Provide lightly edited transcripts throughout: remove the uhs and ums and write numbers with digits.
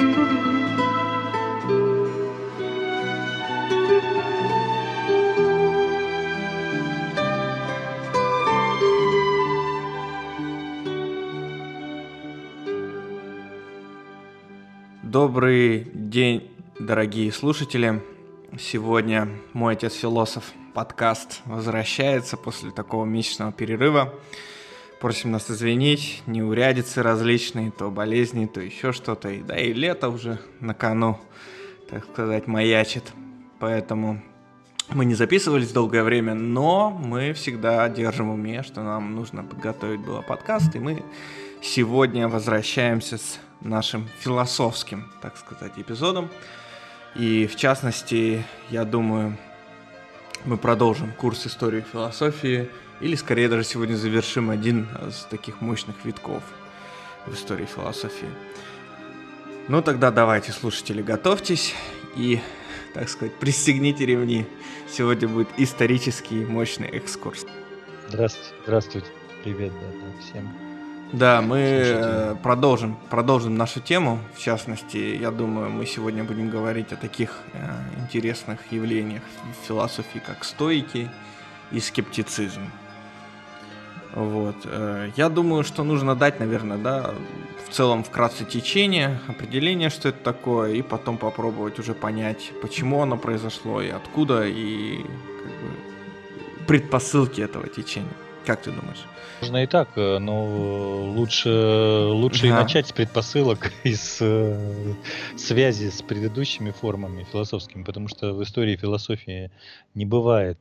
Добрый день, дорогие слушатели. Сегодня «Мой отец-философ» подкаст возвращается после такого месячного перерыва. Просим нас извинить, неурядицы различные, то болезни, то еще что-то. Да и лето уже на кону, так сказать, маячит. Поэтому мы не записывались долгое время, но мы всегда держим в уме, что нам нужно подготовить было подкаст, и мы сегодня возвращаемся с нашим философским, так сказать, эпизодом. И в частности, я думаю, мы продолжим курс истории философии, или скорее даже сегодня завершим один из таких мощных витков в истории философии. Ну тогда давайте, слушатели, готовьтесь и, так сказать, пристегните ремни. Сегодня будет исторический мощный экскурс. Здравствуйте. Привет, всем. Да, мы продолжим нашу тему. В частности, я думаю, мы сегодня будем говорить о таких интересных явлениях в философии, как стоики и скептицизм. Вот. Я думаю, что нужно дать, наверное, в целом вкратце течение, определение, что это такое, и потом попробовать уже понять, почему оно произошло и откуда, и предпосылки этого течения. Как ты думаешь? Можно и так, но лучше и начать с предпосылок и с связи с предыдущими формами философскими, потому что в истории философии не бывает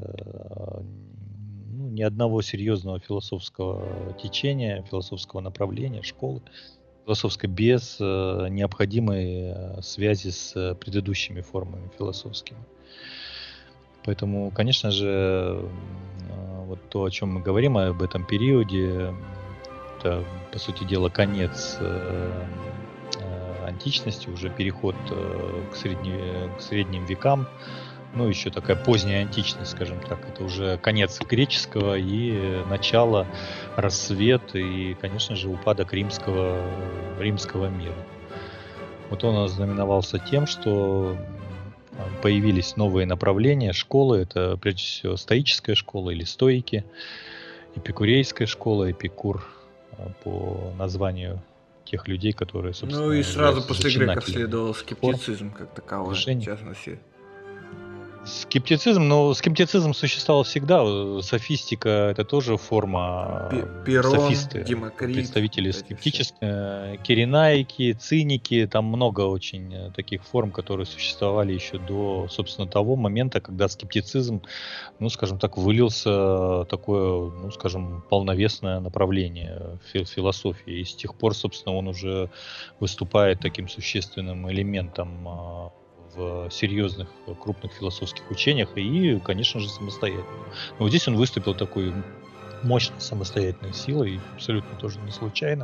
ни одного серьезного философского течения, философского направления, школы философской без необходимой связи с предыдущими формами философскими. Поэтому, конечно же, вот то, о чем мы говорим об этом периоде, это, по сути дела, конец античности, уже переход к средним векам, ну, еще такая поздняя античность, скажем так, это уже конец греческого и начало, рассвет и, конечно же, упадок римского мира. Вот он ознаменовался тем, что появились новые направления, школы, это прежде всего стоическая школа или стоики, эпикурейская школа, Эпикур по названию тех людей, которые, собственно, ну и сразу после греков следовал скептицизм как таковой, в частности. Скептицизм существовал всегда. Софистика — это тоже форма. Пирон, софисты, Демокрит, представители скептических, киренаики, циники. Там много очень таких форм, которые существовали еще до, собственно, того момента, когда скептицизм, скажем так, вылился такое, полновесное направление философии. И с тех пор, собственно, он уже выступает таким существенным элементом в серьезных, крупных философских учениях и, конечно же, самостоятельно. Но вот здесь он выступил такой мощной самостоятельной силой, абсолютно тоже не случайно.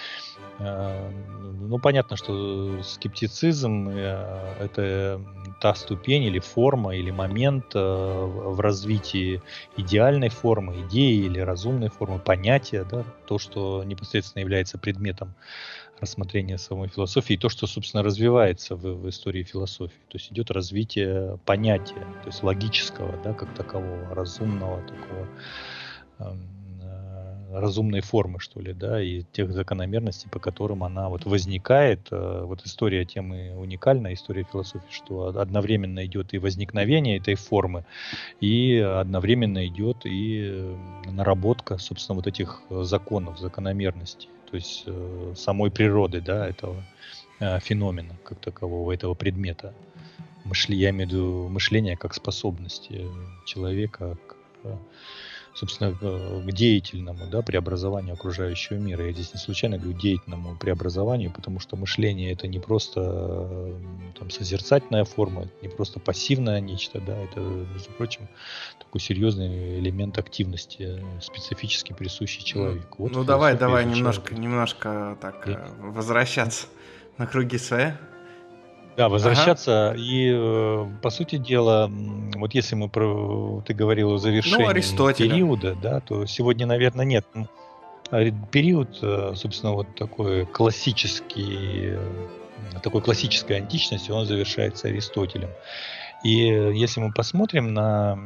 Понятно, что скептицизм — это та ступень или форма, или момент в развитии идеальной формы, идеи или разумной формы, понятия, то, что непосредственно является предметом рассмотрения самой философии, и то, что, собственно, развивается в истории философии. То есть идет развитие понятия, то есть логического, как такового, разумного, такого разумной формы, что ли, и тех закономерностей, по которым она возникает. Вот история тем и уникальна, история философии, что одновременно идет и возникновение этой формы, и одновременно идет и наработка, собственно, вот этих законов, закономерностей, то есть самой природы, этого феномена как такового, этого предмета. Я имею в виду мышление как способности человека собственно, к деятельному преобразованию окружающего мира. Я здесь не случайно говорю деятельному преобразованию, потому что мышление — это не просто созерцательная форма, это не просто пассивное нечто, это, между прочим, такой серьезный элемент активности, специфически присущий человеку. Вот давай немножко так возвращаться на круги своя. Да, возвращаться. И, по сути дела, вот если ты говорил о завершении периода, то сегодня, наверное, нет. Период, собственно, вот такой классический такой классической античности, он завершается Аристотелем. И если мы посмотрим на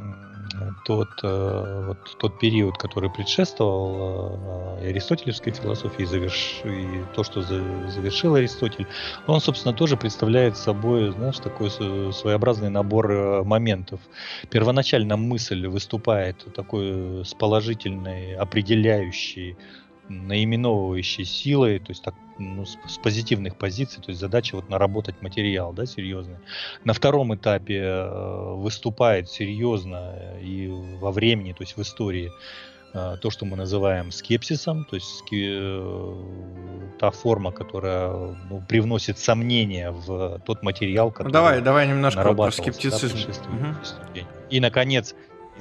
тот период, который предшествовал аристотелевской философии, и то, что завершил Аристотель, он, собственно, тоже представляет собой, знаешь, такой своеобразный набор моментов. Первоначально мысль выступает такой с положительной, определяющей, наименовывающей силой, то есть так, с позитивных позиций, то есть задача наработать материал, да, серьезный. На втором этапе выступает серьезно и во времени, то есть в истории, то, что мы называем скепсисом, то есть та форма, которая привносит сомнения в тот материал, который Давай немножко про нарабатывался, скептицизм. И, наконец,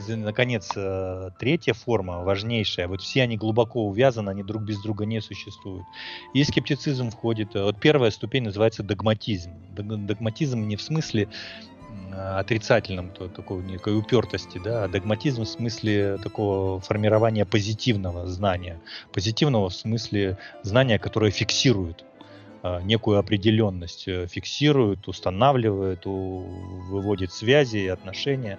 третья форма, важнейшая, все они глубоко увязаны, они друг без друга не существуют. И скептицизм входит, первая ступень называется догматизм. Догматизм не в смысле отрицательном, некой упертости, да, а догматизм в смысле такого формирования позитивного знания. Позитивного в смысле знания, которое фиксирует некую определенность, фиксирует, устанавливает, выводит связи и отношения.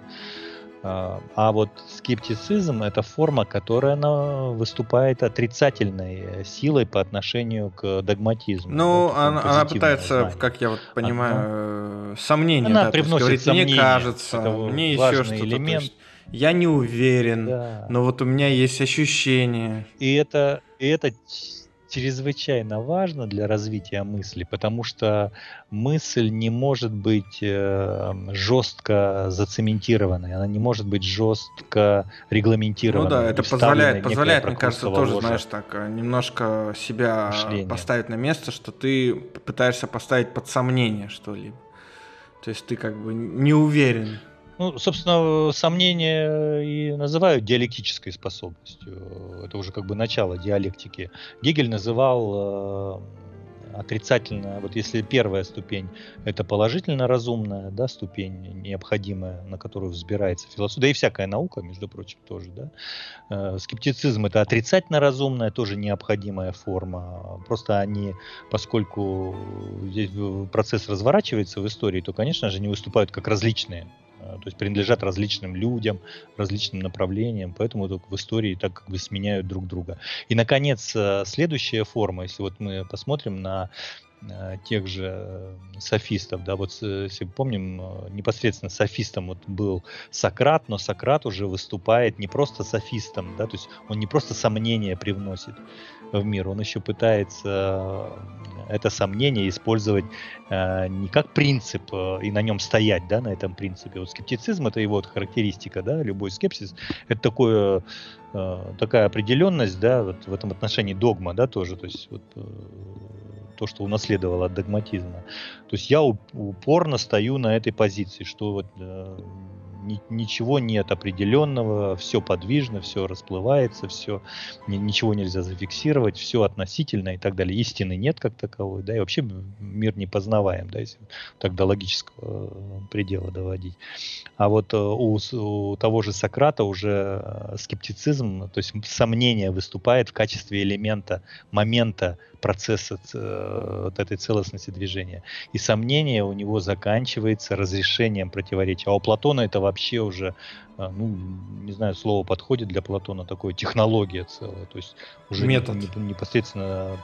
А скептицизм — это форма, которая выступает отрицательной силой по отношению к догматизму. Она пытается, как я понимаю, сомнения. Она привносит говорит, сомнения. Мне кажется, мне еще что-то. Элемент. Я не уверен, но у меня есть ощущение. И это чрезвычайно важно для развития мысли, потому что мысль не может быть жестко зацементированной, она не может быть жестко регламентированной. Это позволяет, мне кажется, тоже, знаешь, так немножко себя поставить на место, что ты пытаешься поставить под сомнение что-либо. То есть ты как бы не уверен. Собственно, сомнения и называют диалектической способностью. Это уже начало диалектики. Гегель называл отрицательно, если первая ступень — это положительно разумная, да, ступень необходимая, на которую взбирается философия, да и всякая наука, между прочим, тоже, да. Скептицизм — это отрицательно разумная, тоже необходимая форма. Просто они, поскольку здесь процесс разворачивается в истории, то, конечно же, они выступают как различные. То есть принадлежат различным людям, различным направлениям, поэтому в истории так сменяют друг друга. И, наконец, следующая форма, если мы посмотрим на тех же софистов, да, если помним, непосредственно софистом был Сократ, но Сократ уже выступает не просто софистом, да, то есть он не просто сомнения привносит в мир, он еще пытается это сомнение использовать не как принцип и на нем стоять, да, на этом принципе. Скептицизм — это его характеристика, да, любой скепсис — это такая определенность, да, в этом отношении догма, да, тоже, то есть то, что унаследовало от догматизма. То есть я упорно стою на этой позиции, что ничего нет определенного, все подвижно, все расплывается, ничего нельзя зафиксировать, все относительно и так далее. Истины нет как таковой, да, и вообще мир не познаваем, да, если так до логического предела доводить. А у того же Сократа уже скептицизм, то есть сомнение выступает в качестве элемента, момента, процесса этой целостности движения. И сомнение у него заканчивается разрешением противоречия. А у Платона это вообще уже, не знаю, слово подходит для Платона, такое технология целая. То есть уже метод. Непосредственно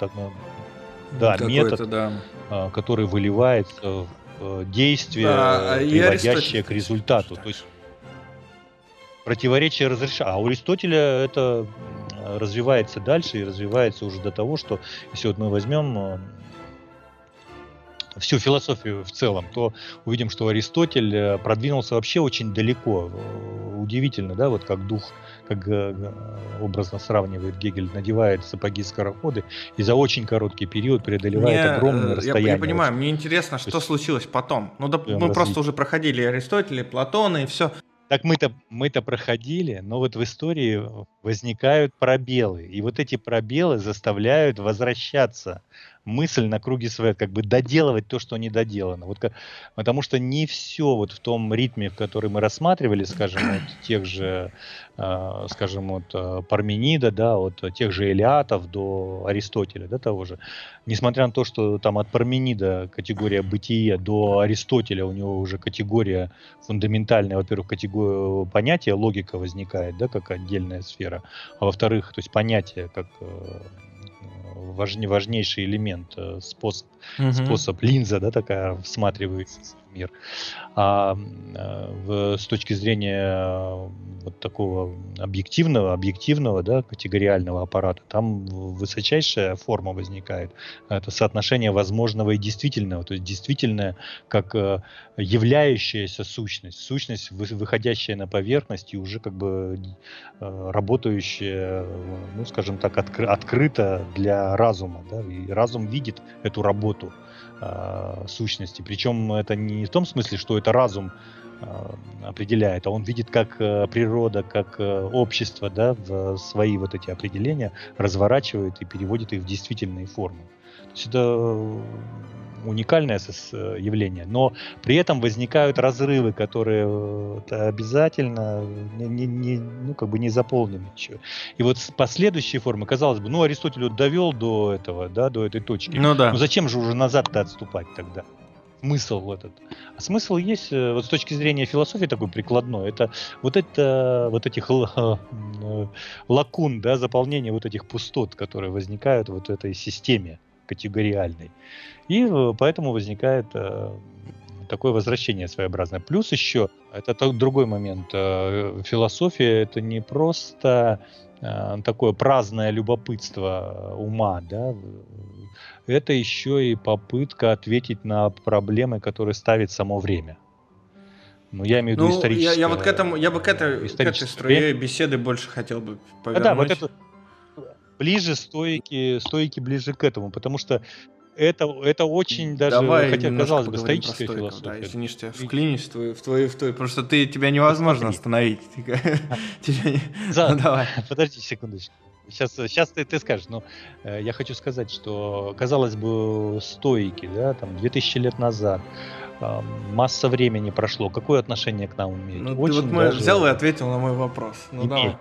метод, который выливается в действие, приводящее к результату. То есть противоречие разрешается. А у Аристотеля это развивается дальше и развивается уже до того, что если мы возьмем всю философию в целом, то увидим, что Аристотель продвинулся вообще очень далеко. Удивительно, да, как дух, как образно сравнивает Гегель, надевает сапоги-скороходы и за очень короткий период преодолевает огромное расстояние. Я понимаю, мне интересно, что случилось потом. Мы просто уже проходили Аристотеля, Платона и все. Так мы-то проходили, но в истории возникают пробелы. И эти пробелы заставляют возвращаться мысль на круге своя, как бы доделывать то, что не доделано. Потому что не все вот в том ритме, в который мы рассматривали, скажем, от тех же, скажем, от Парменида, да, от тех же Элиатов до Аристотеля, да, того же. Несмотря на то, что там от Парменида категория бытия до Аристотеля у него уже категория фундаментальная, во-первых, категория понятия, логика возникает, да, как отдельная сфера, а во-вторых, то есть понятие как важнейший элемент, способ линза, да, такая всматривающаяся в мир. С точки зрения вот такого объективного, да, категориального аппарата, там высочайшая форма возникает. Это соотношение возможного и действительного. То есть действительное как являющаяся сущность, выходящая на поверхность и уже как бы работающая, ну, скажем так, открыто для разума. Да? И разум видит эту работу сущности. Причем это не в том смысле, что это разум определяет, а он видит, как природа, как общество, да, в свои вот эти определения разворачивает и переводит их в действительные формы. То есть это уникальное явление, но при этом возникают разрывы, которые обязательно не заполнены еще. И вот последующие формы, казалось бы, Аристотель довел до этого, да, до этой точки. Ну да. Но зачем же уже назад-то отступать тогда? Смысл этот. А смысл есть, вот с точки зрения философии такой прикладной, это вот этих лакун, да, заполнение вот этих пустот, которые возникают вот в этой системе категориальной. И поэтому возникает такое возвращение своеобразное. Плюс еще, это другой момент, философия это не просто такое праздное любопытство ума, да, это еще и попытка ответить на проблемы, которые ставит само время. Я имею в виду историческое. Я бы к этой струе беседы больше хотел бы повернуть. Да, вот это ближе стоики ближе к этому, потому что это очень даже, давай хотя, казалось бы, стоическая философия. Да, извини, что я вклинюсь в твою, потому что тебя невозможно остановить. Давай. Подожди секундочку. Сейчас ты скажешь, но я хочу сказать, что, казалось бы, стоики, да, там 2000 лет назад, масса времени прошло. Какое отношение к нам имеют? Взял и ответил на мой вопрос. Давай.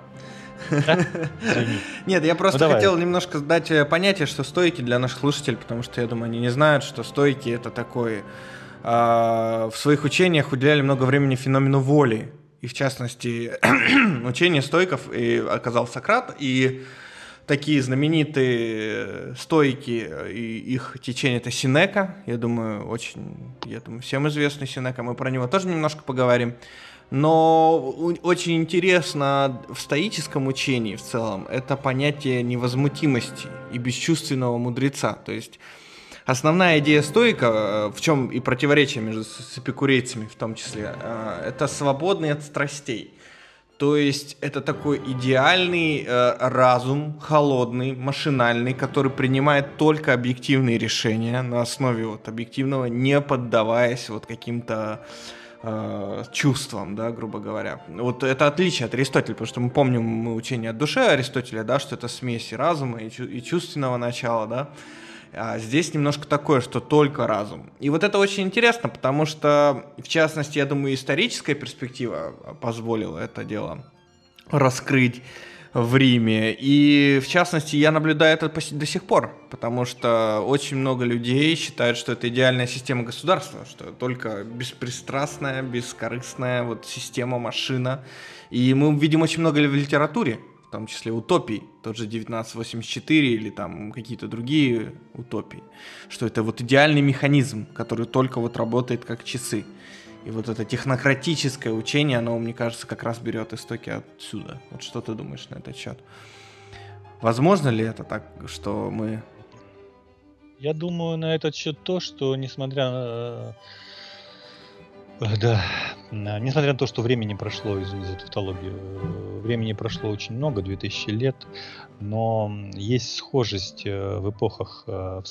Нет, я просто хотел немножко дать понятие, что стойки для наших слушателей, потому что, я думаю, они не знают, что стойки это такой... В своих учениях уделяли много времени феномену воли. И, в частности, учение стойков оказал Сократ, и такие знаменитые стойки, и их течение — это Сенека. Я думаю, всем известный Сенека, мы про него тоже немножко поговорим. Но очень интересно в стоическом учении в целом это понятие невозмутимости и бесчувственного мудреца. То есть основная идея стоика, в чем и противоречие между эпикурейцами в том числе, это свободный от страстей. То есть это такой идеальный разум, холодный, машинальный, который принимает только объективные решения на основе объективного, не поддаваясь каким-то чувствам, да, грубо говоря. Вот это отличие от Аристотеля, потому что мы помним учение от души Аристотеля, да, что это смесь разума и чувственного начала, да. А здесь немножко такое, что только разум. И вот это очень интересно, потому что, в частности, я думаю, историческая перспектива позволила это дело раскрыть в Риме. И, в частности, я наблюдаю это до сих пор, потому что очень много людей считают, что это идеальная система государства, что только беспристрастная, бескорыстная система, машина. И мы видим очень много в литературе, в том числе утопий, тот же 1984 или там какие-то другие утопии, что это идеальный механизм, который только работает как часы. И это технократическое учение, оно, мне кажется, как раз берет истоки отсюда. Что ты думаешь на этот счет? Возможно ли это так, что мы... Я думаю на этот счет то, что несмотря на... Да, несмотря на то, что времени прошло, извините за тавтологию, времени прошло очень много, 2000 лет, но есть схожесть в эпохах,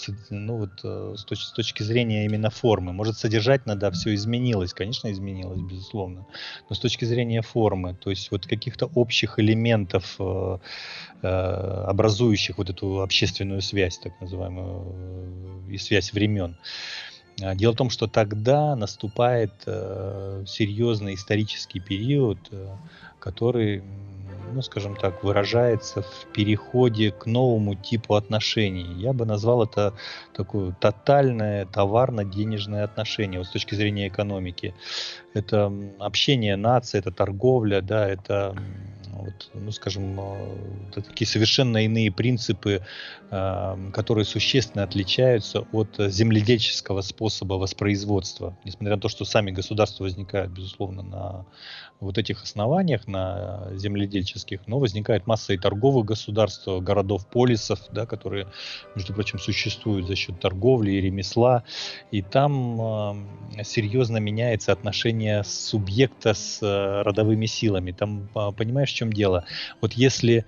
с точки зрения именно формы. Может, содержательно, да, все изменилось, конечно, изменилось, безусловно, но с точки зрения формы, то есть каких-то общих элементов, образующих эту общественную связь, так называемую, и связь времен. Дело в том, что тогда наступает серьезный исторический период, который, ну, скажем так, выражается в переходе к новому типу отношений. Я бы назвал это такое тотальное товарно-денежное отношение, вот с точки зрения экономики. Это общение наций, это торговля, да, это вот, ну, скажем, это такие совершенно иные принципы, которые существенно отличаются от земледельческого способа воспроизводства. Несмотря на то, что сами государства возникают, безусловно, на вот этих основаниях, на земледельческих, но возникает масса и торговых государств, городов, полисов, да, которые, между прочим, существуют за счет торговли и ремесла. И там серьезно меняется отношение субъекта с родовыми силами. Там, понимаешь, в чем дело? Вот если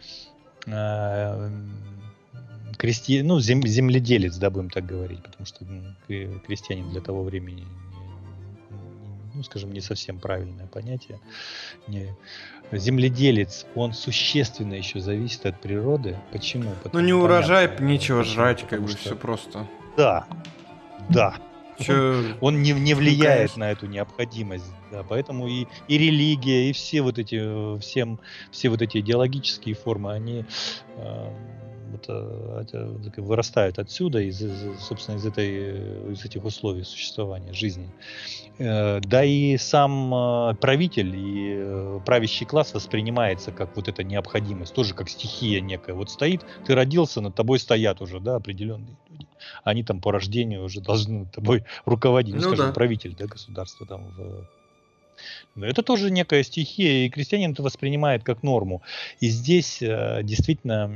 земледелец, да, будем так говорить, потому что крестьянин для того времени, ну, скажем, не совсем правильное понятие. Земледелец, он существенно еще зависит от природы. Почему? Ну, не урожай, нечего жрать, как бы все просто. Да. Он не влияет на эту необходимость, да, поэтому и религия, и все вот эти идеологические формы, они вырастают отсюда, собственно, из этих условий существования жизни. Да и сам правитель и правящий класс воспринимается как вот эта необходимость, тоже как стихия некая. Вот стоит, ты родился, над тобой стоят уже, да, определенные люди. Они там по рождению уже должны над тобой руководить, скажем, правитель, да, государства там это тоже некая стихия, и крестьянин это воспринимает как норму. И здесь действительно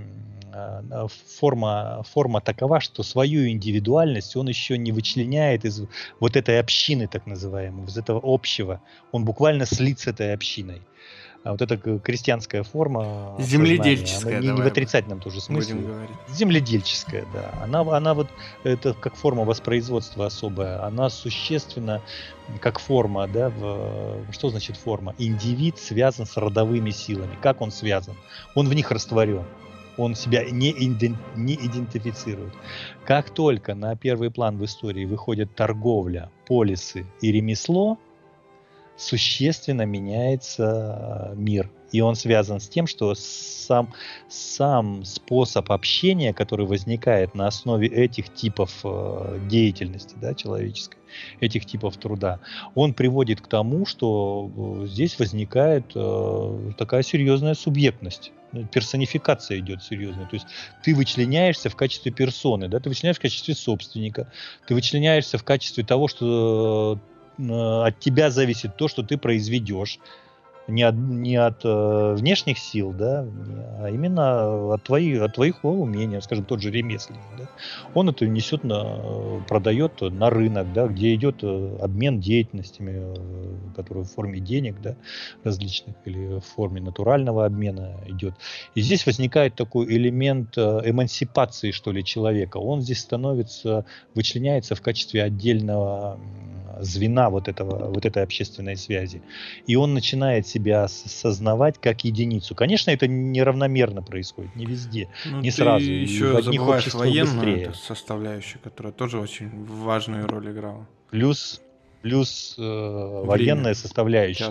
форма такова, что свою индивидуальность он еще не вычленяет из вот этой общины, так называемой, из этого общего. Он буквально слит с этой общиной. А вот эта крестьянская форма земледельческая, не в отрицательном тоже смысле. Земледельческая, да. Она вот это как форма воспроизводства особая. Она существенно как форма, да. Что значит форма? Индивид связан с родовыми силами. Как он связан? Он в них растворен. Он себя не идентифицирует. Как только на первый план в истории выходит торговля, полисы и ремесло, существенно меняется мир. И он связан с тем, что сам способ общения, который возникает на основе этих типов деятельности, да, человеческой, этих типов труда, он приводит к тому, что здесь возникает такая серьезная субъектность. Персонификация идет серьезная. То есть ты вычленяешься в качестве персоны, да, ты вычленяешься в качестве собственника, ты вычленяешься в качестве того, что от тебя зависит то, что ты произведешь. Не от внешних сил, да, а именно от твоих умений, скажем, тот же ремесленник, да. Он это несет, продает на рынок, да, где идет обмен деятельностями, который в форме денег, да, различных, или в форме натурального обмена идет. И здесь возникает такой элемент эмансипации, что ли, человека. Он здесь вычленяется в качестве отдельного звена вот этой общественной связи. И он начинает себя осознавать как единицу. Конечно, это неравномерно происходит, не везде, не сразу. Ты еще забываешь военную составляющую, которая тоже очень важную роль играла. Плюс военная составляющая.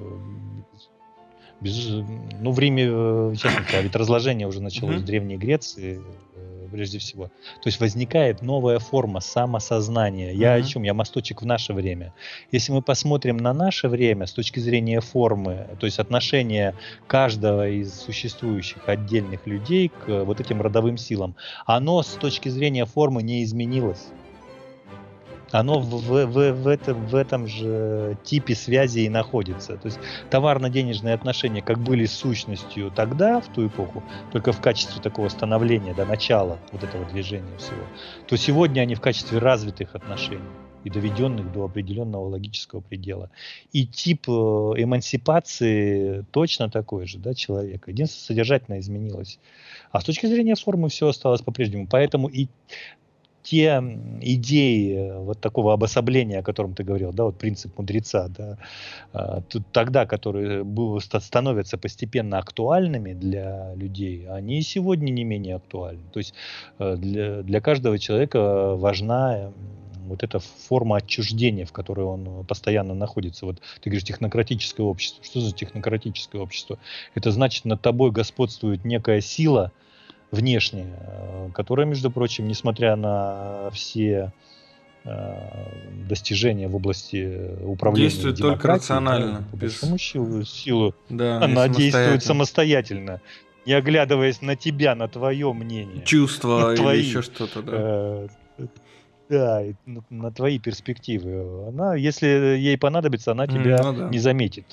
Время, честно говоря, ведь разложение уже началось в Древней Греции, прежде всего. То есть возникает новая форма самосознания. Я о чем? Я мосточек в наше время. Если мы посмотрим на наше время с точки зрения формы, то есть отношения каждого из существующих отдельных людей к вот этим родовым силам, оно с точки зрения формы не изменилось. Оно в этом же типе связи и находится. То есть товарно-денежные отношения как были сущностью тогда, в ту эпоху, только в качестве такого становления, да, начала вот этого движения всего, то сегодня они в качестве развитых отношений и доведенных до определенного логического предела. И тип эмансипации точно такой же, да, человека. Единственное, содержательно изменилось. А с точки зрения формы все осталось по-прежнему. Поэтому и те идеи вот такого обособления, о котором ты говорил, да, вот принцип мудреца, да, тогда, которые становятся постепенно актуальными для людей, они и сегодня не менее актуальны. То есть для каждого человека важна вот эта форма отчуждения, в которой он постоянно находится. Вот ты говоришь, технократическое общество. Что за технократическое общество? Это значит, над тобой господствует некая сила внешняя, которая, между прочим, несмотря на все достижения в области управления действует только рационально. Да, по большому силу да, она действует самостоятельно, не оглядываясь на тебя, на твое мнение. Чувства или еще что-то, да. Да, на твои перспективы. Она, если ей понадобится, она тебя не заметит.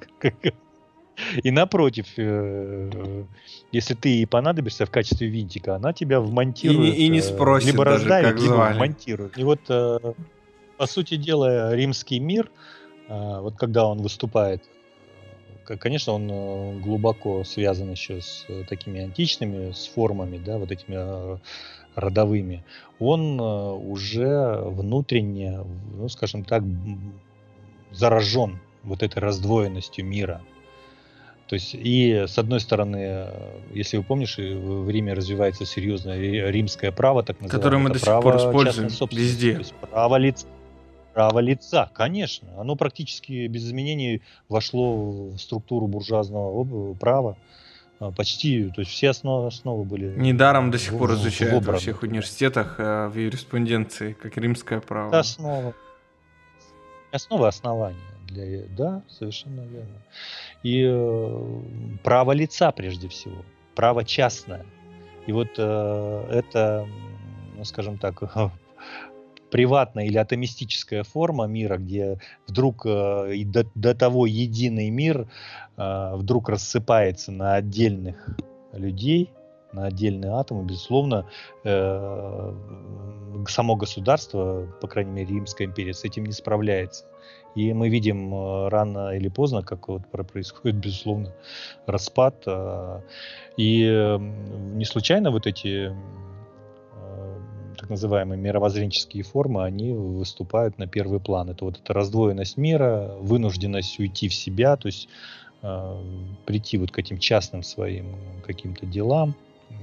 И напротив, если ты ей понадобишься в качестве винтика, она тебя вмонтирует. И не спросит либо даже, раздавит, как либо звали. вмонтирует. И вот, по сути дела, римский мир, вот когда он выступает, конечно, он глубоко связан еще с такими античными, с формами, да, вот этими родовыми. Он уже внутренне, ну, скажем так, заражен вот этой раздвоенностью мира. То есть, и с одной стороны, если вы помнишь, в Риме развивается серьезное римское право, так называемое. Которое мы до сих пор используем везде. То есть право лица, конечно. Оно практически без изменений вошло в структуру буржуазного права. Почти, то есть все основы были... Недаром до сих пор изучают во всех университетах в юриспруденции, как римское право. Основа основания. Да, совершенно верно. И право лица прежде всего, право частное. И вот это, ну, скажем так, приватная или атомистическая форма мира, где вдруг до того единый мир вдруг рассыпается на отдельных людей, на отдельные атомы, безусловно, само государство, по крайней мере, Римская империя, с этим не справляется. И мы видим рано или поздно, как вот происходит, безусловно, распад. И не случайно вот эти так называемые мировоззренческие формы, они выступают на первый план. Это вот эта раздвоенность мира, вынужденность уйти в себя, то есть прийти вот к этим частным своим каким-то делам,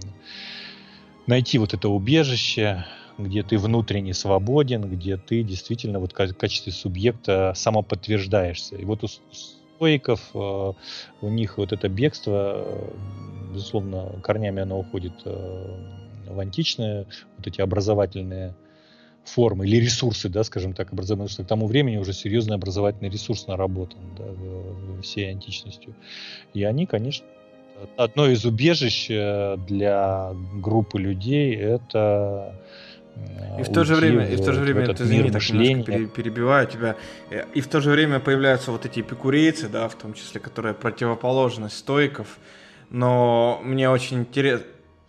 найти вот это убежище, где ты внутренне свободен, где ты действительно вот в качестве субъекта самоподтверждаешься. И вот у стоиков, у них вот это бегство, безусловно, корнями оно уходит в античные вот эти образовательные формы или ресурсы, да, скажем так, образовательные, потому что к тому времени уже серьезный образовательный ресурс наработан, да, всей античностью. И они, конечно, одно из убежищ для группы людей — это и в то же время, ты извини, так немножко перебиваю тебя, и в то же время появляются вот эти эпикурейцы, да, в том числе, которые противоположность стоиков, но мне очень интересно.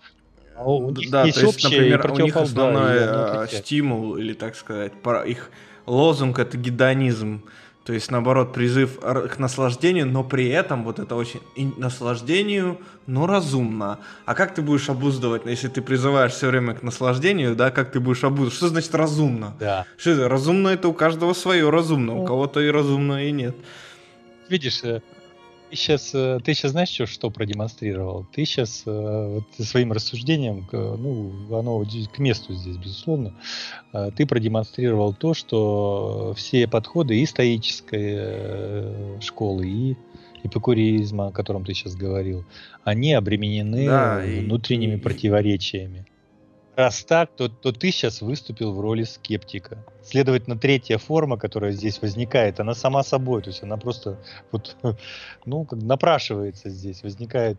Да, то есть, например, у них основной стимул, или, так сказать, их лозунг — это гедонизм. То есть, наоборот, призыв к наслаждению, но при этом вот это очень наслаждению, но разумно. А как ты будешь обуздывать, если ты призываешь все время к наслаждению, да, как ты будешь обуздывать? Что значит разумно? Да. Что это? Разумно — это у каждого свое разумно, у кого-то и разумно, и нет. Видишь, ты сейчас знаешь, что продемонстрировал? Ты сейчас вот, своим рассуждением, ну, оно к месту здесь, безусловно, ты продемонстрировал то, что все подходы и стоической школы, и эпикуризма, о котором ты сейчас говорил, они обременены внутренними противоречиями. Раз так, то ты сейчас выступил в роли скептика. Следовательно, третья форма, которая здесь возникает, она сама собой, то есть она просто вот, ну, как напрашивается здесь. Возникает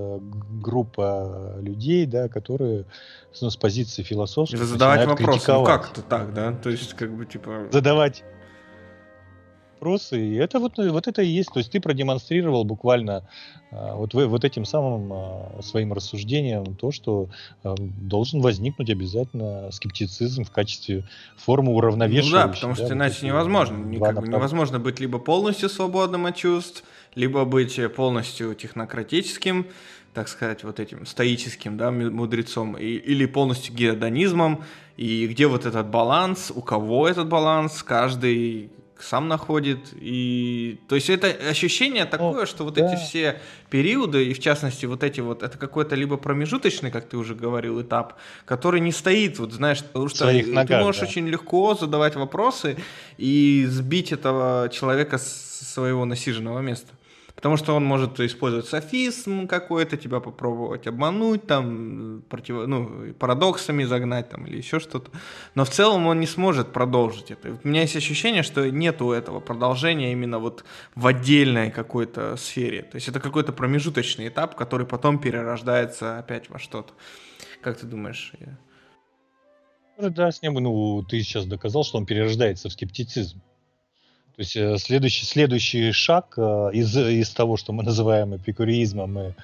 группа людей, да, которые, ну, с позиции философской задавать вопрос, ну как это так, да? То есть как бы типа... Задавать. вопросы. И это вот это и есть. То есть ты продемонстрировал буквально вот этим самым своим рассуждением то, что должен возникнуть обязательно скептицизм в качестве формы Ну да, уравновешивающей, потому да, что вот иначе эти невозможно. два Как бы направления. невозможно быть либо полностью свободным от чувств, либо быть полностью технократическим, так сказать, вот этим стоическим, да, мудрецом, или полностью гедонизмом. И где вот этот баланс, у кого этот баланс, каждый сам находит. И то есть это ощущение Ну, такое, что вот эти да, все периоды, и в частности вот эти вот, это какой-то либо промежуточный, как ты уже говорил, этап, который не стоит, вот знаешь, потому в что своих ты ногах, можешь да. очень легко задавать вопросы и сбить этого человека с своего насиженного места. Потому что он может использовать софизм какой-то, тебя попробовать обмануть, там, парадоксами загнать там, или еще что-то. Но в целом он не сможет продолжить это. У меня есть ощущение, что нету этого продолжения именно вот в отдельной какой-то сфере. То есть это какой-то промежуточный этап, который потом перерождается опять во что-то. Как ты думаешь? Да, с ним, ты сейчас доказал, что он перерождается в скептицизм. То есть следующий шаг из того, что мы называем эпикуризмом и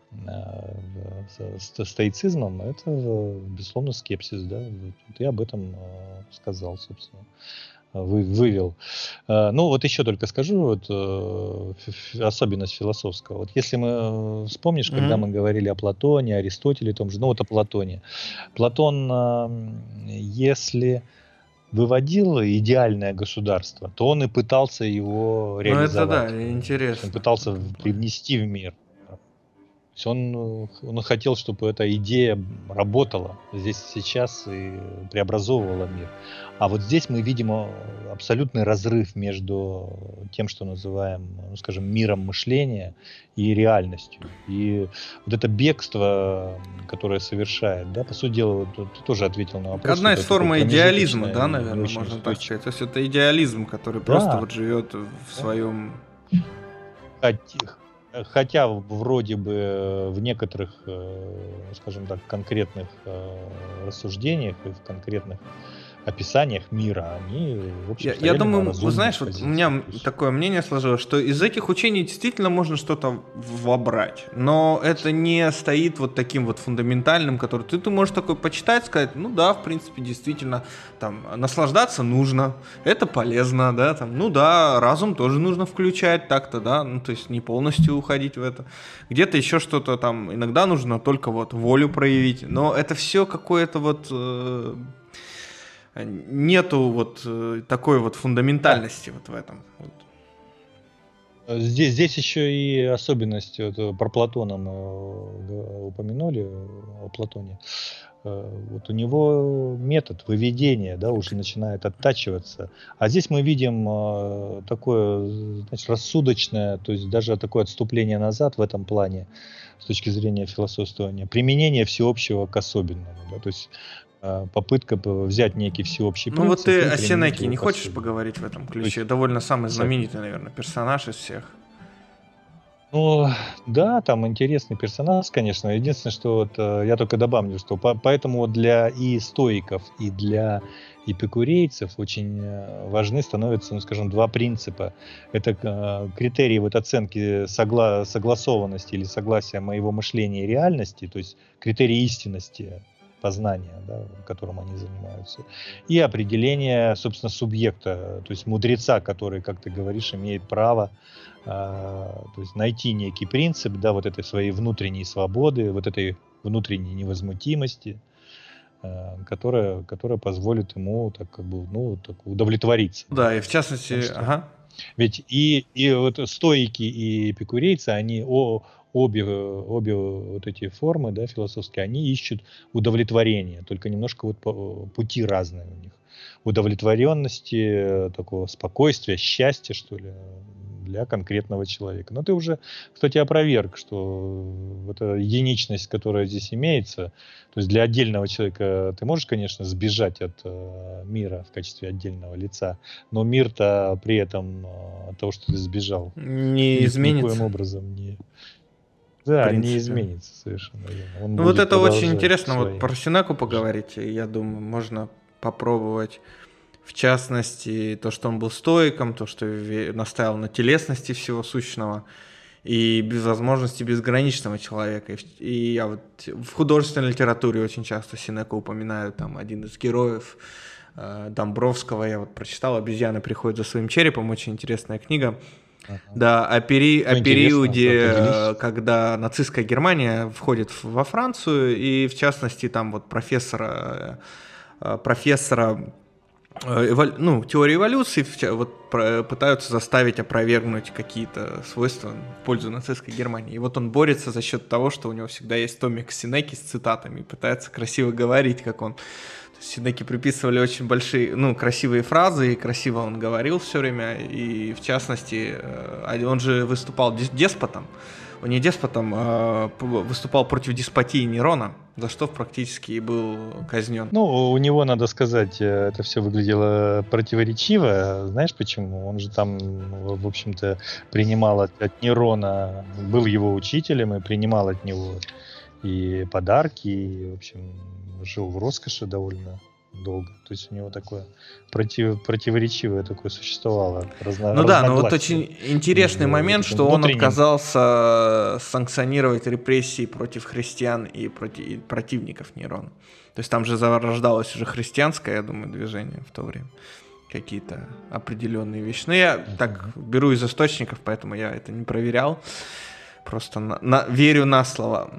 стоицизмом, это, безусловно, скепсис, да. Вот ты об этом сказал, собственно, вывел. Ну, вот еще только скажу, вот, особенность философского. Вот если мы, вспомнишь, когда Мгм. мы говорили о Платоне, Аристотеле, том же, ну вот о Платоне. Платон, если выводил идеальное государство, то он и пытался его Ну это да, реализовать. То есть он интересно в пытался этом плане. привнести в мир. То есть он хотел, чтобы эта идея работала здесь и сейчас и преобразовывала мир. А вот здесь мы видим абсолютный разрыв между тем, что называем, ну, скажем, миром мышления и реальностью. И вот это бегство, которое совершает, да, по сути дела, вот ты тоже ответил на вопрос, что Одна из это такое форм идеализма, промежуточное да, и не наверное, очень можно так устойчивое. сказать. То есть это идеализм, который просто Да, вот живет в да. своем... Хотя вроде бы в некоторых, скажем так, конкретных рассуждениях и в конкретных описаниях мира они, в общем, Я стояли на думаю, вы разумных знаешь, вот у позициях. меня То есть, такое мнение сложилось, что из этих учений действительно можно что-то вобрать, но это не стоит вот таким вот фундаментальным, который ты можешь такой почитать, сказать, ну да, в принципе, действительно, там, наслаждаться нужно, это полезно, да, там, ну да, разум тоже нужно включать так-то, да, ну то есть не полностью уходить в это. Где-то еще что-то там, иногда нужно только вот волю проявить, но это все какое-то вот... нету вот такой вот да. фундаментальности вот в этом. Вот. Здесь еще и особенность, вот, про Платона мы упомянули, о Платоне. Вот у него метод выведения, да, уже начинает оттачиваться. А здесь мы видим такое, значит, рассудочное, то есть даже такое отступление назад в этом плане с точки зрения философствования, применение всеобщего к особенному, да, то есть попытка взять некий всеобщий Ну вот принцип ты и о применить Сенеке его не к хочешь особенному. поговорить в этом То ключе? есть, Довольно самый за- знаменитый, наверное, персонаж из всех. ну, да, там интересный персонаж, конечно. Единственное, что вот, я только добавлю, что поэтому вот для и стоиков, и для эпикурейцев очень важны становятся, ну, скажем, два принципа. Это критерии вот оценки согласованности или согласия моего мышления и реальности, то есть критерии истинности познания, да, которым они занимаются, и определение, собственно, субъекта, то есть мудреца, который, как ты говоришь, имеет право то есть найти некий принцип, да, вот этой своей внутренней свободы, вот этой внутренней невозмутимости, которая позволит ему так как бы, ну, так удовлетвориться, да, Да, и в тем, частности, что ага. ведь и вот стоики и эпикурейцы, они обе вот эти формы, да, философские, они ищут удовлетворения, только немножко вот пути разные у них. Удовлетворенности, такого спокойствия, счастья, что ли, для конкретного человека. Но ты уже, кстати, опроверг, что вот эта единичность, которая здесь имеется, то есть для отдельного человека ты можешь, конечно, сбежать от мира в качестве отдельного лица, но мир-то при этом от того, что ты сбежал, Не никоим изменится, образом не, в да, не принципе. изменится совершенно верно. Он Ну вот будет это очень продолжать интересно, вот своим про Сенеку жить. поговорить, и я думаю, можно попробовать В частности, то, что он был стоиком, то, что настаивал на телесности всего сущего и без возможности безграничного человека. И я вот в художественной литературе очень часто Сенеку упоминаю, там один из героев Домбровского, я вот прочитал «Обезьяны приходят за своим черепом», очень интересная книга. Да, о периоде, когда нацистская Германия входит во Францию, и в частности там вот профессора теории эволюции вот, пытаются заставить опровергнуть какие-то свойства в пользу нацистской Германии. И вот он борется за счет того, что у него всегда есть томик Сенеки с цитатами, и пытается красиво говорить, как он. Сенеке приписывали очень большие, красивые фразы, и красиво он говорил все время, и в частности, он же выступал деспотом, он не деспотом, выступал против деспотии Нерона, за что практически и был казнен. У него, надо сказать, это все выглядело противоречиво. Знаешь почему? Он же там, в общем-то, принимал от Нерона, был его учителем и принимал от него и подарки, и, в общем, жил в роскоши довольно долго. То есть у него такое противоречивое такое существовало. Вот очень интересный момент, что он отказался санкционировать репрессии против христиан и противников Нерона. То есть там же зарождалось уже христианское, я думаю, движение в то время. Какие-то определенные вещи. Но я так беру из источников, поэтому я это не проверял. Просто верю на слово.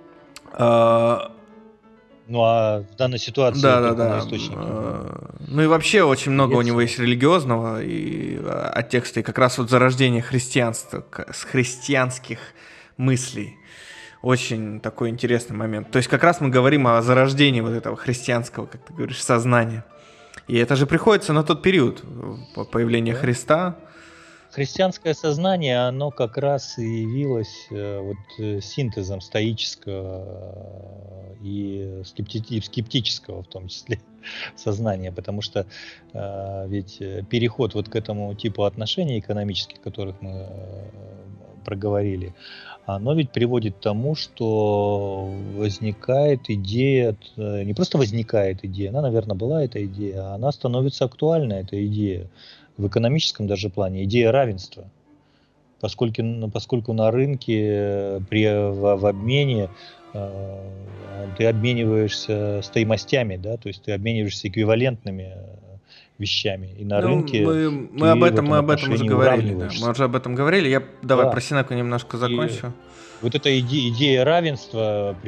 А в данной ситуации на источнике. И вообще очень много у него есть религиозного и от текста, и как раз вот зарождение христианства, с христианских мыслей. Очень такой интересный момент. То есть как раз мы говорим о зарождении вот этого христианского, как ты говоришь, сознания. И это же приходится на тот период появления Христа. Христианское сознание, оно как раз и явилось синтезом стоического и скептического в том числе сознания, потому что ведь переход вот к этому типу отношений экономических, которых мы проговорили, оно ведь приводит к тому, что возникает идея, не просто возникает идея, она, наверное, была эта идея, а она становится актуальной, эта идея, в экономическом даже плане, идея равенства. Поскольку на рынке в обмене ты обмениваешься стоимостями, да, то есть ты обмениваешься эквивалентными вещами. И на рынке мы об этом уже говорили. Да. Мы уже об этом говорили. Давай про Сенеку немножко закончу. Вот эта идея равенства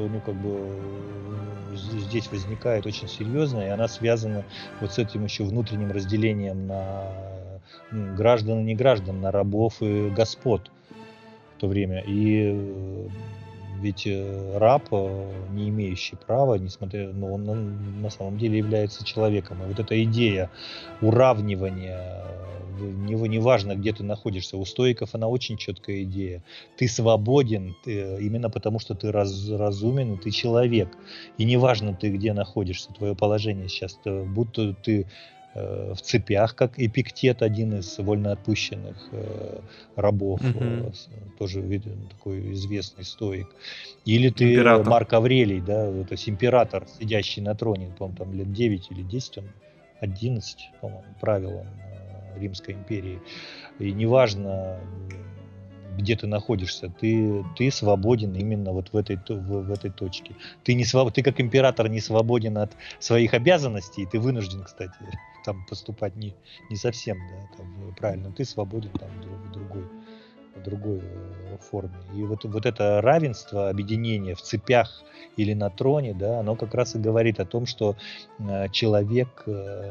здесь возникает очень серьезная, и она связана вот с этим еще внутренним разделением на граждан и неграждан, на рабов и господ в то время. И ведь раб, не имеющий права, он на самом деле является человеком. И вот эта идея уравнивания, неважно, где ты находишься, у стоиков она очень четкая идея. Ты свободен именно потому, что ты разумен, и ты человек. И неважно, ты где находишься, твое положение сейчас, будто ты в цепях, как Эпиктет, один из вольноотпущенных рабов, тоже такой известный стоик. Или ты император. Марк Аврелий, да, то есть император, сидящий на троне, по-моему, там лет 9 или 10, 11, по-моему, правил он Римской империи. И неважно, где ты находишься, ты свободен именно вот в этой точке. Ты как император не свободен от своих обязанностей, ты вынужден, кстати, там поступать не совсем, да, там, правильно, ты свободен там в другой форме. И вот это равенство, объединение в цепях или на троне, да, оно как раз и говорит о том, что человек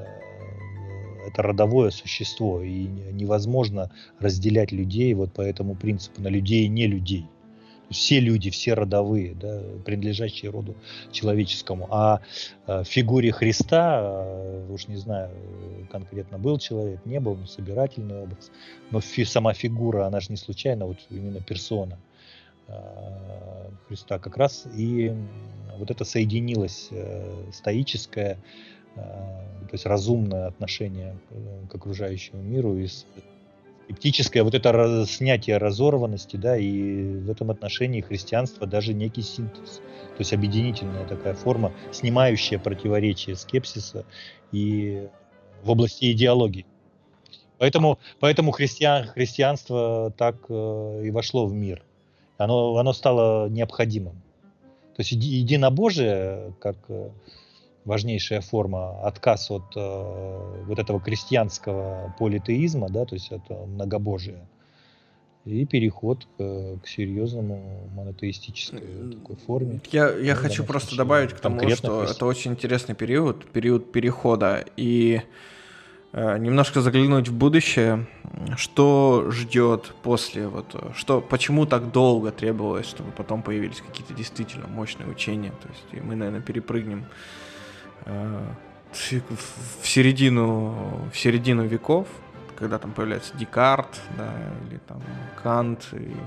это родовое существо, и невозможно разделять людей вот по этому принципу на людей и не людей. Все люди, все родовые, да, принадлежащие роду человеческому. А в фигуре Христа, уж не знаю, конкретно был человек, не был, но собирательный образ. Но сама фигура, она же не случайно, вот именно персона Христа как раз и вот это соединилось стоическое, то есть разумное отношение к окружающему миру и скептическое, вот это снятие разорванности, да, и в этом отношении христианство даже некий синтез, то есть объединительная такая форма, снимающая противоречие скепсиса и в области идеологии. Поэтому христианство так и вошло в мир. Оно стало необходимым. То есть единобожие, как важнейшая форма, отказ от вот этого крестьянского политеизма, да, то есть это многобожие, и переход к серьезному монотеистической такой форме. Я Ну, в хочу данном просто случае добавить к тому, конкретно что это очень интересный период перехода, и немножко заглянуть в будущее, что ждет после, почему так долго требовалось, чтобы потом появились какие-то действительно мощные учения, то есть и мы, наверное, перепрыгнем в середину веков, когда там появляется Декарт, да, или там Кант.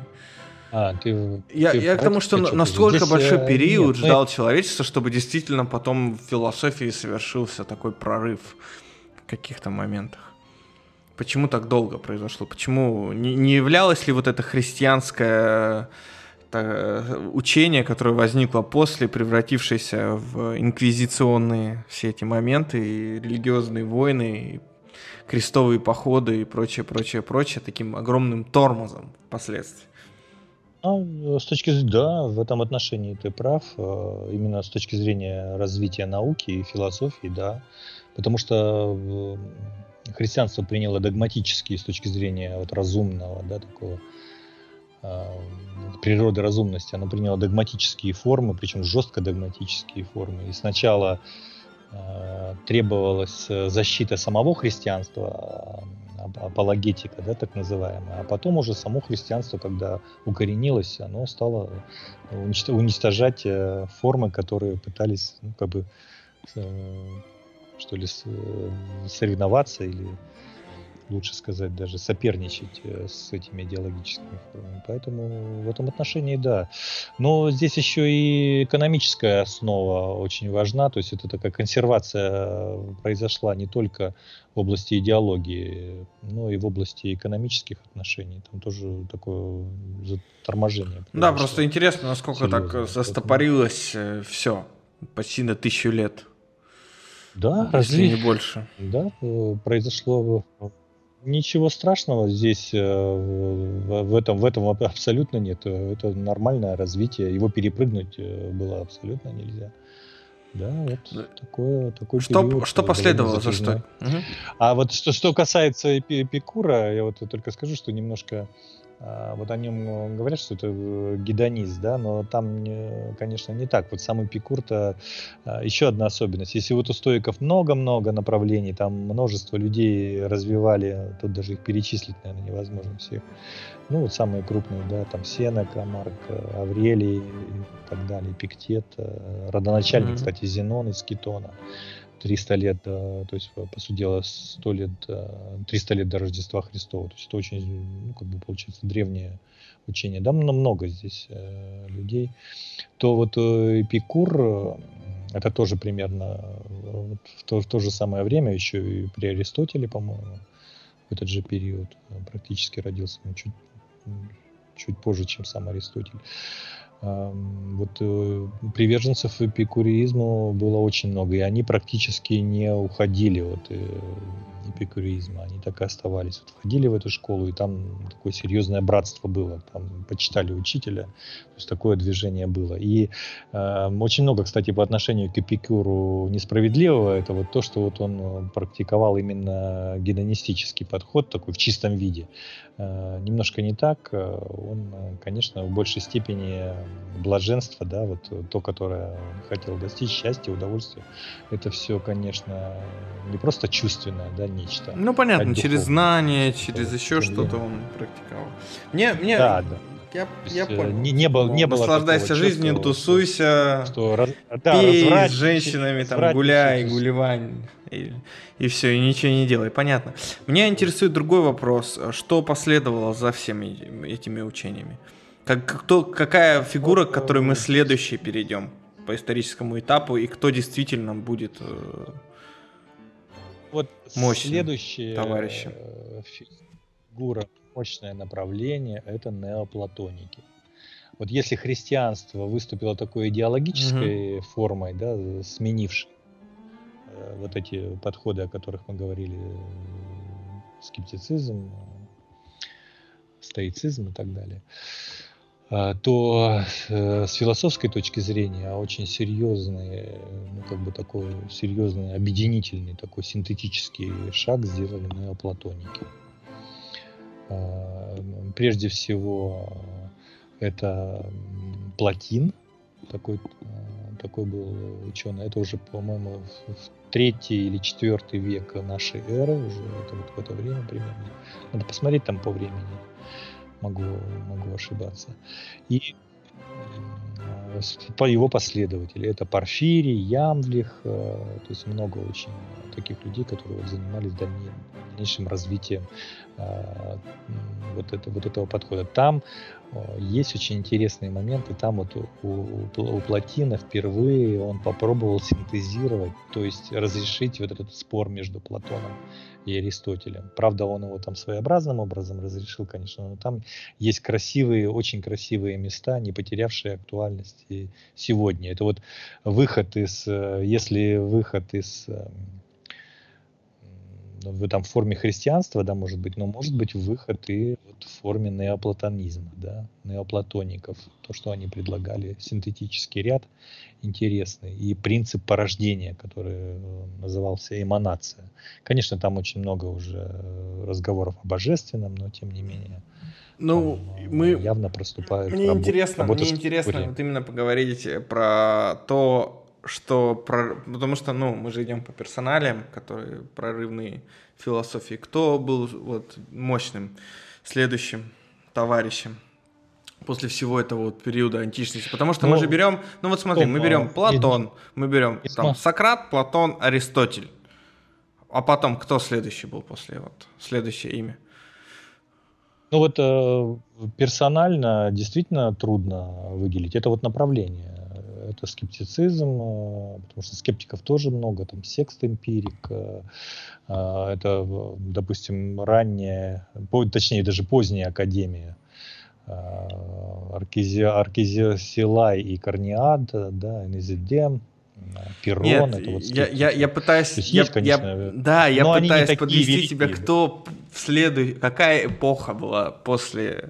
Я к тому, что насколько здесь, большой период ждал человечество, чтобы действительно потом в философии совершился такой прорыв в каких-то моментах. Почему так долго произошло? Почему не являлось ли вот это христианское учение, которое возникло после, превратившееся в инквизиционные все эти моменты, и религиозные войны, и крестовые походы и прочее, таким огромным тормозом впоследствии? С точки зрения, да, в этом отношении ты прав. Именно с точки зрения развития науки и философии, да. Потому что христианство приняло догматические с точки зрения вот разумного, да, такого природы разумности, оно приняло догматические формы, причем жестко догматические формы. И сначала требовалась защита самого христианства, апологетика, да, так называемая, а потом уже само христианство, когда укоренилось, оно стало уничтожать формы, которые пытались, ну, как бы, что ли, соревноваться или, лучше сказать, даже соперничать с этими идеологическими формами. Поэтому в этом отношении да. Но здесь еще и экономическая основа очень важна. То есть это такая консервация произошла не только в области идеологии, но и в области экономических отношений. Там тоже такое торможение произошло. Да, просто интересно, насколько так застопорилось все почти на 1000 лет. Да, если не больше. Да, произошло. Ничего страшного здесь в этом абсолютно нет. Это нормальное развитие. Его перепрыгнуть было абсолютно нельзя. Да, вот такой период. Что последовало за что? Угу. А вот что касается Эпикура, я вот только скажу, что немножко вот о нем говорят, что это гедонист, да, но там, конечно, не так. Вот сам Эпикур-то еще одна особенность. Если вот у стоиков много-много направлений, там множество людей развивали, тут даже их перечислить, наверное, невозможно всех. Ну, вот самые крупные, да, там Сенека, Марк Аврелий и так далее, Эпиктет, родоначальник, кстати, Зенон из Скитона. 300 лет, то есть, по сути дела, 300 лет до Рождества Христова. То есть это очень, ну, как бы, получается, древнее учение. Да, много здесь людей. То вот Эпикур, это тоже примерно в то же самое время, еще и при Аристотеле, по-моему, в этот же период практически родился, чуть позже, чем сам Аристотель. Вот приверженцев эпикуризму было очень много, и они практически не уходили от эпикуризма, они так и оставались. Вот входили в эту школу, и там такое серьезное братство было, там почитали учителя, то есть такое движение было. И очень много, кстати, по отношению к Эпикуру несправедливого, это вот то, что вот он практиковал именно гедонистический подход, такой в чистом виде. Немножко не так, он, конечно, в большей степени блаженство, да, вот то, которое он хотел достичь, счастье, удовольствие, это все, конечно, не просто чувственное, да, нечто. Ну, понятно, через знания, через еще что-то он практиковал. Да. Я понял. Не было наслаждайся жизнью, тусуйся, пей с женщинами, там, гуляй, гулевань, и все, и ничего не делай. Понятно. Меня интересует другой вопрос. Что последовало за всеми этими учениями? Какая фигура, к которой мы следующий перейдем по историческому этапу, и кто действительно будет вот мощным следующая товарищем? Фигура, мощное направление — это неоплатоники. Вот если христианство выступило такой идеологической формой, да, сменившей вот эти подходы, о которых мы говорили, скептицизм, стоицизм и так далее, то с философской точки зрения очень серьезный, ну, как бы такой серьезный объединительный такой синтетический шаг сделали неоплатоники. Прежде всего, это Платин, такой был ученый. Это уже, по-моему, в 3 или 4 век нашей эры, уже это вот в это время примерно. Надо посмотреть там по времени. Могу ошибаться. И по его последователи. Это Порфирий, Ямблих, то есть много очень таких людей, которые вот занимались дальнейшим развитием вот этого подхода. Там есть очень интересные моменты. Там вот у Платина впервые он попробовал синтезировать, то есть разрешить вот этот спор между Платоном и Аристотелем. Правда, он его там своеобразным образом разрешил, конечно, но там есть очень красивые места, не потерявшие актуальности сегодня. Это вот если выход из в форме христианства, да, может быть, но может быть выход и вот в форме неоплатонизма, да, неоплатоников. То, что они предлагали, синтетический ряд интересный, и принцип порождения, который назывался эманация. Конечно, там очень много уже разговоров о божественном, но тем не менее, Ну, явно проступает мне интересно с вот именно поговорить про то, потому что, мы же идем по персоналиям, которые прорывные в философии. Кто был вот мощным следующим товарищем после всего этого вот периода античности? Потому что мы же берем, мы берем Платон, мы берем там Сократ, Платон, Аристотель. А потом кто следующий был после следующее имя? Ну вот персонально действительно трудно выделить. Это вот направление. Это скептицизм, потому что скептиков тоже много, там секст-эмпирик, это, допустим, точнее даже поздняя академия, Аркезиосилай и Корниад, да, Энезидем, Пирон. Нет, это вот я пытаюсь, есть, конечно, я пытаюсь подвести великие, тебя, кто какая эпоха была после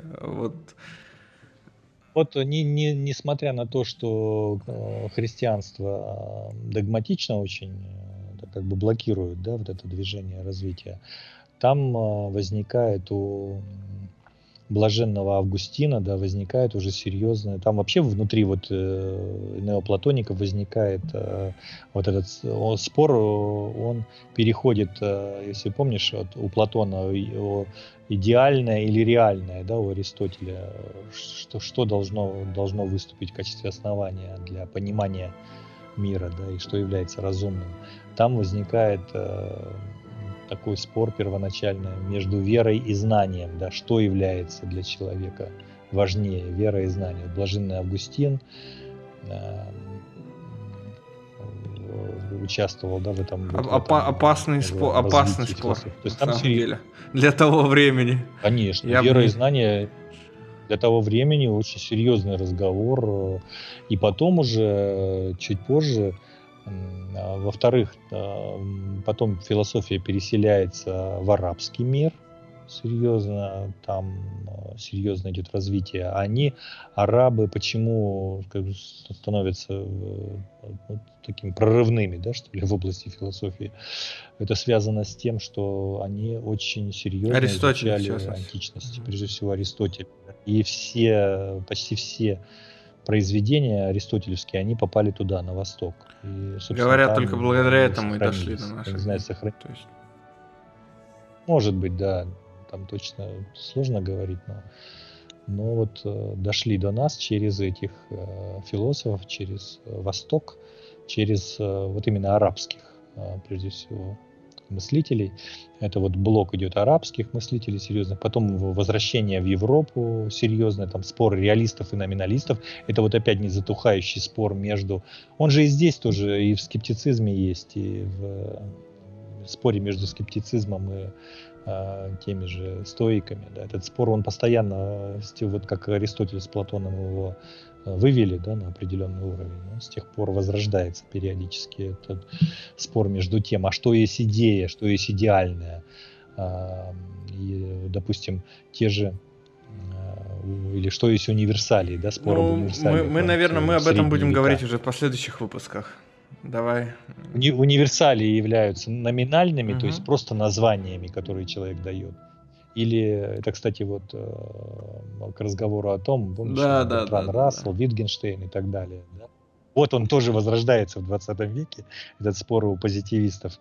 Вот несмотря на то, что христианство догматично очень как бы блокирует, да, вот это движение развития, там возникает у блаженного Августина, да, возникает уже серьезное, там вообще внутри вот неоплатоников возникает вот этот спор, он переходит, если помнишь, у Платона идеальное или реальное, да, у Аристотеля, что должно выступить в качестве основания для понимания мира, да, и что является разумным. Там возникает такой спор первоначально между верой и знанием, да, что является для человека важнее, вера и знание. Блаженный Августин участвовал, да, в этом. Опасный спор, То есть на самом деле, для того времени. Конечно, вера и знание для того времени очень серьезный разговор. И потом уже, чуть позже, во-вторых, потом философия переселяется в арабский мир, серьезно, там серьезно идет развитие. Арабы, почему становятся такими прорывными, да, что ли, в области философии? Это связано с тем, что они очень серьезно изучали античность, прежде всего Аристотель. И почти все произведения аристотелевские, они попали туда, на восток. И, говорят, только благодаря этому и дошли до нас. Может быть, да, там точно сложно говорить, но вот дошли до нас через этих философов, через Восток, через вот именно арабских, прежде всего, мыслителей. Это вот блок идет арабских мыслителей серьезных, потом возвращение в Европу серьезное, там спор реалистов и номиналистов. Это вот опять не затухающий спор Он же и здесь тоже, и в скептицизме есть, и в споре между скептицизмом и теми же стоиками. Да. Этот спор, он постоянно, вот как Аристотель с Платоном его вывели, да, на определенный уровень. Но с тех пор возрождается периодически этот спор между тем, а что есть идея, что есть идеальное. И, допустим, те же или что есть универсалии, да, спор об универсалиях. Наверное, мы об этом будем говорить уже в последующих выпусках. Давай. Универсалии являются номинальными, то есть просто названиями, которые человек дает. Или, это, кстати, вот к разговору о том, помнишь, Бертран Рассел, Витгенштейн и так далее. Да? Вот он тоже возрождается в 20 веке, этот спор у позитивистов.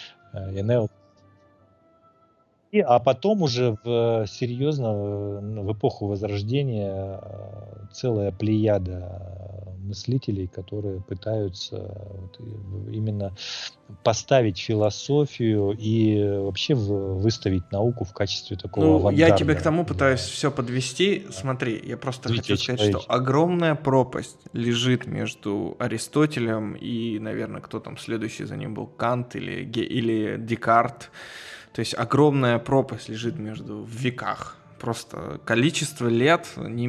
А потом уже серьезно в эпоху Возрождения целая плеяда мыслителей, которые пытаются именно поставить философию и вообще выставить науку в качестве такого авангарда. Я тебе к тому пытаюсь все подвести. Смотри, я просто хочу сказать, что огромная пропасть лежит между Аристотелем и, наверное, кто там следующий за ним был, Кант или Декарт. То есть огромная пропасть лежит между в веках. Просто количество лет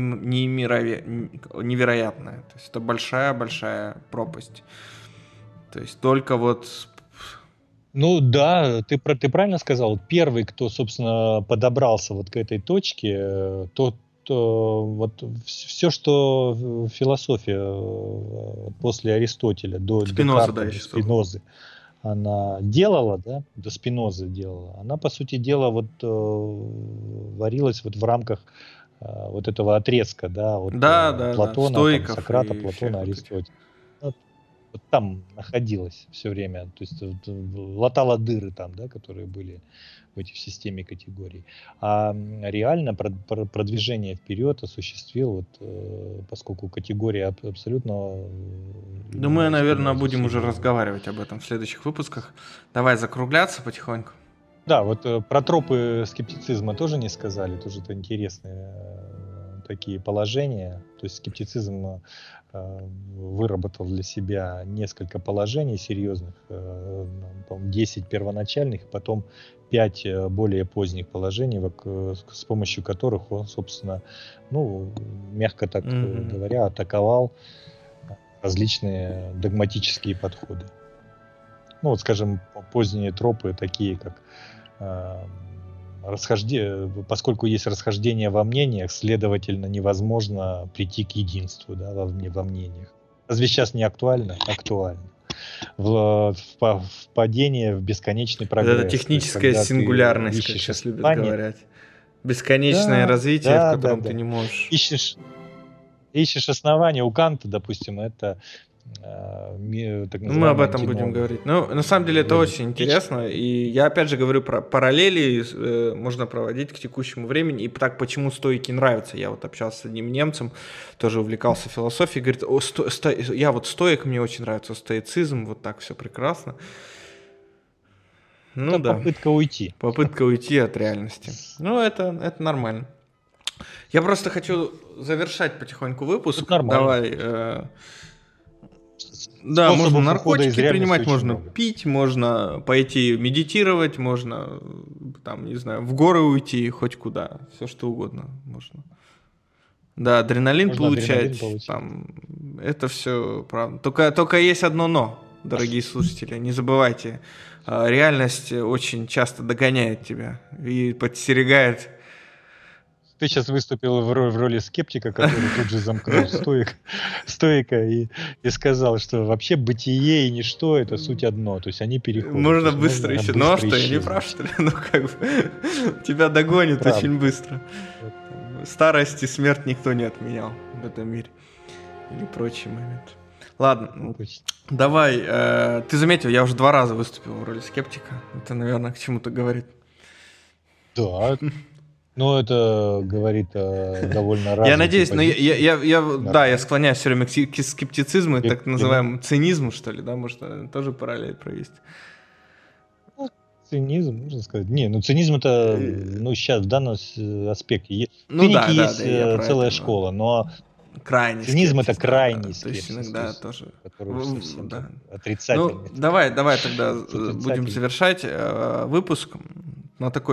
невероятное. То есть это большая-большая пропасть. То есть только вот... Ну да, ты правильно сказал. Первый, кто, собственно, подобрался вот к этой точке, вот все, что философия после Аристотеля до Декарта, до Спинозы, она делала, да, до Спинозы делала, она, по сути дела, вот варилась вот в рамках вот этого отрезка, да, вот Платона, стоиков, там, Сократа, Платона, Аристотеля. Вот там находилась все время, то есть латала дыры там, да, которые были в системе категорий. А реально продвижение вперед осуществил, вот, поскольку категория абсолютно... Да мы, наверное, будем уже разговаривать об этом в следующих выпусках. Давай закругляться потихоньку. Да, вот про тропы скептицизма тоже не сказали, тоже это интересные такие положения. То есть скептицизм выработал для себя несколько положений серьезных, 10 первоначальных, потом 5 более поздних положений, с помощью которых он, собственно, ну, мягко так говоря, атаковал разлические догматические подходы. Ну, вот, скажем, поздние тропы, такие как поскольку есть расхождение во мнениях, следовательно, невозможно прийти к единству, да, во мнениях. Разве сейчас не актуально? Актуально. Впадение в бесконечный прогресс. Это техническая сингулярность, как сейчас любят говорить. Бесконечное развитие, в котором ты не можешь... Ищешь основания. У Канта, допустим, это... Мы об этом будем говорить. Ну, на самом деле это очень интересно. И я опять же говорю про параллели, можно проводить к текущему времени. И так, почему стойки нравятся. Я вот общался с одним немцем, тоже увлекался философией. Говорит, я вот стоик, мне очень нравится стоицизм, вот так все прекрасно. Ну это да. Попытка уйти. Попытка уйти от реальности. Ну, это нормально. Я просто хочу завершать потихоньку выпуск. Это нормально. Давай... Да, можно наркотики принимать, можно много. Пить, можно пойти медитировать, можно, там, не знаю, в горы уйти, хоть куда, все что угодно можно. Да, адреналин получать, там, это все правда. Только есть одно но, дорогие слушатели, не забывайте, реальность очень часто догоняет тебя и подстерегает. Ты сейчас выступил в роли скептика, который тут же замкнул стоика и сказал, что вообще бытие и ничто — это суть одно. То есть они переходят. Можно быстро еще. Ну а что, я не прав, что ли? Ну как бы тебя догонит очень быстро. Старость и смерть никто не отменял в этом мире. Или прочие моменты. Ладно, давай. Ты заметил, я уже 2 раза выступил в роли скептика. Это, наверное, к чему-то говорит. Да. Ну, это говорит довольно разные. Я надеюсь, но я склоняюсь все время к скептицизму, так называемому цинизму, что ли, да, может, тоже параллель провести. Ну, цинизм, можно сказать. Не, ну цинизм это, ну, сейчас в данном аспекте. Циники есть целая школа, но крайний цинизм это крайний скепсис. То есть иногда тоже. Который совсем отрицательный. Ну, давай тогда будем завершать выпуск на такой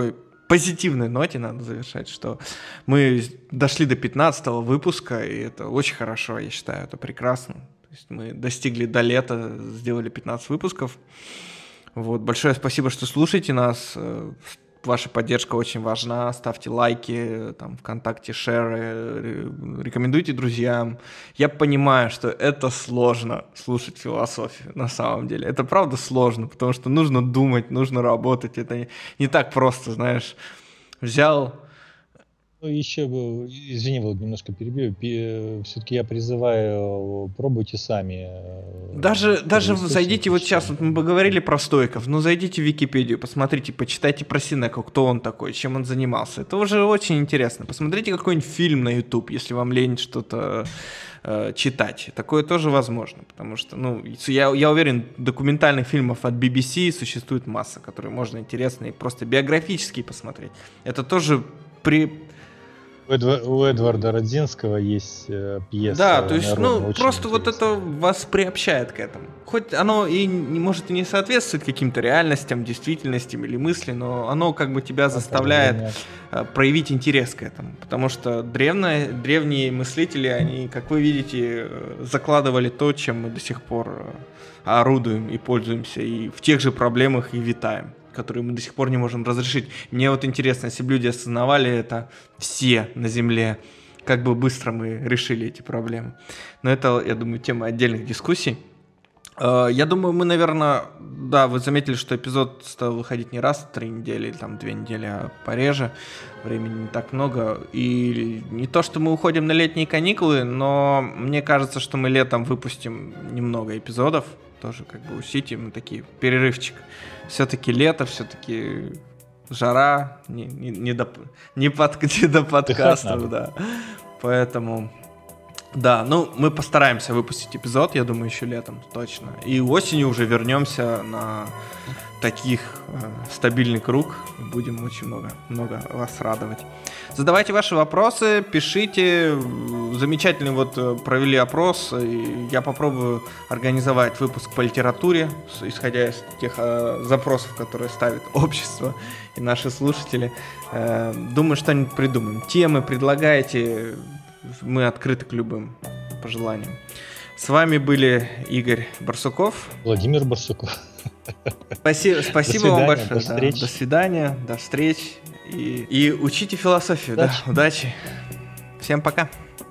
позитивной ноте надо завершать, что мы дошли до 15-го выпуска, и это очень хорошо, я считаю, это прекрасно. То есть мы достигли до лета, сделали 15 выпусков. Вот, большое спасибо, что слушаете нас. Ваша поддержка очень важна. Ставьте лайки, там, ВКонтакте, шеры, рекомендуйте друзьям. Я понимаю, что это сложно слушать философию на самом деле. Это правда сложно, потому что нужно думать, нужно работать. Это не так просто, знаешь. Взял... Еще, извини, Володь, немножко перебью. Все-таки я призываю, пробуйте сами. Даже зайдите вот сейчас, вот мы поговорили про стоиков, ну зайдите в Википедию, посмотрите, почитайте про Сенеку, кто он такой, чем он занимался. Это уже очень интересно. Посмотрите какой-нибудь фильм на YouTube, если вам лень что-то читать. Такое тоже возможно, потому что, ну, я уверен, документальных фильмов от BBC существует масса, которые можно интересно и просто биографически посмотреть. Это тоже У Эдварда Радзинского есть пьеса. Да, то есть, ну, просто вот это вас приобщает к этому. Хоть оно и может и не соответствует каким-то реальностям, действительностям или мысли, но оно как бы тебя заставляет проявить интерес к этому. Потому что древние мыслители, они, как вы видите, закладывали то, чем мы до сих пор орудуем и пользуемся, и в тех же проблемах и витаем, которые мы до сих пор не можем разрешить. Мне вот интересно, если бы люди осознавали это все на Земле, как бы быстро мы решили эти проблемы. Но это, я думаю, тема отдельных дискуссий. Я думаю, мы, наверное, да, вы заметили, что эпизод стал выходить не раз в 3 недели, или там 2 недели, а пореже. Времени не так много. И не то, что мы уходим на летние каникулы, но мне кажется, что мы летом выпустим немного эпизодов. Тоже как бы уситим, такие перерывчик. Все-таки лето, все-таки жара, не до подкастов, да. Поэтому, да, ну, мы постараемся выпустить эпизод, я думаю, еще летом точно. И осенью уже вернемся на таких стабильный круг. Будем очень много вас радовать. Задавайте ваши вопросы, пишите. Замечательный вот провели опрос. И я попробую организовать выпуск по литературе, исходя из тех запросов, которые ставит общество и наши слушатели. Думаю, что-нибудь придумаем. Темы предлагайте. Мы открыты к любым пожеланиям. С вами были Игорь Барсуков. Владимир Барсуков. Спасибо вам большое. До свидания, до встреч. И учите философию. Удачи. Всем пока.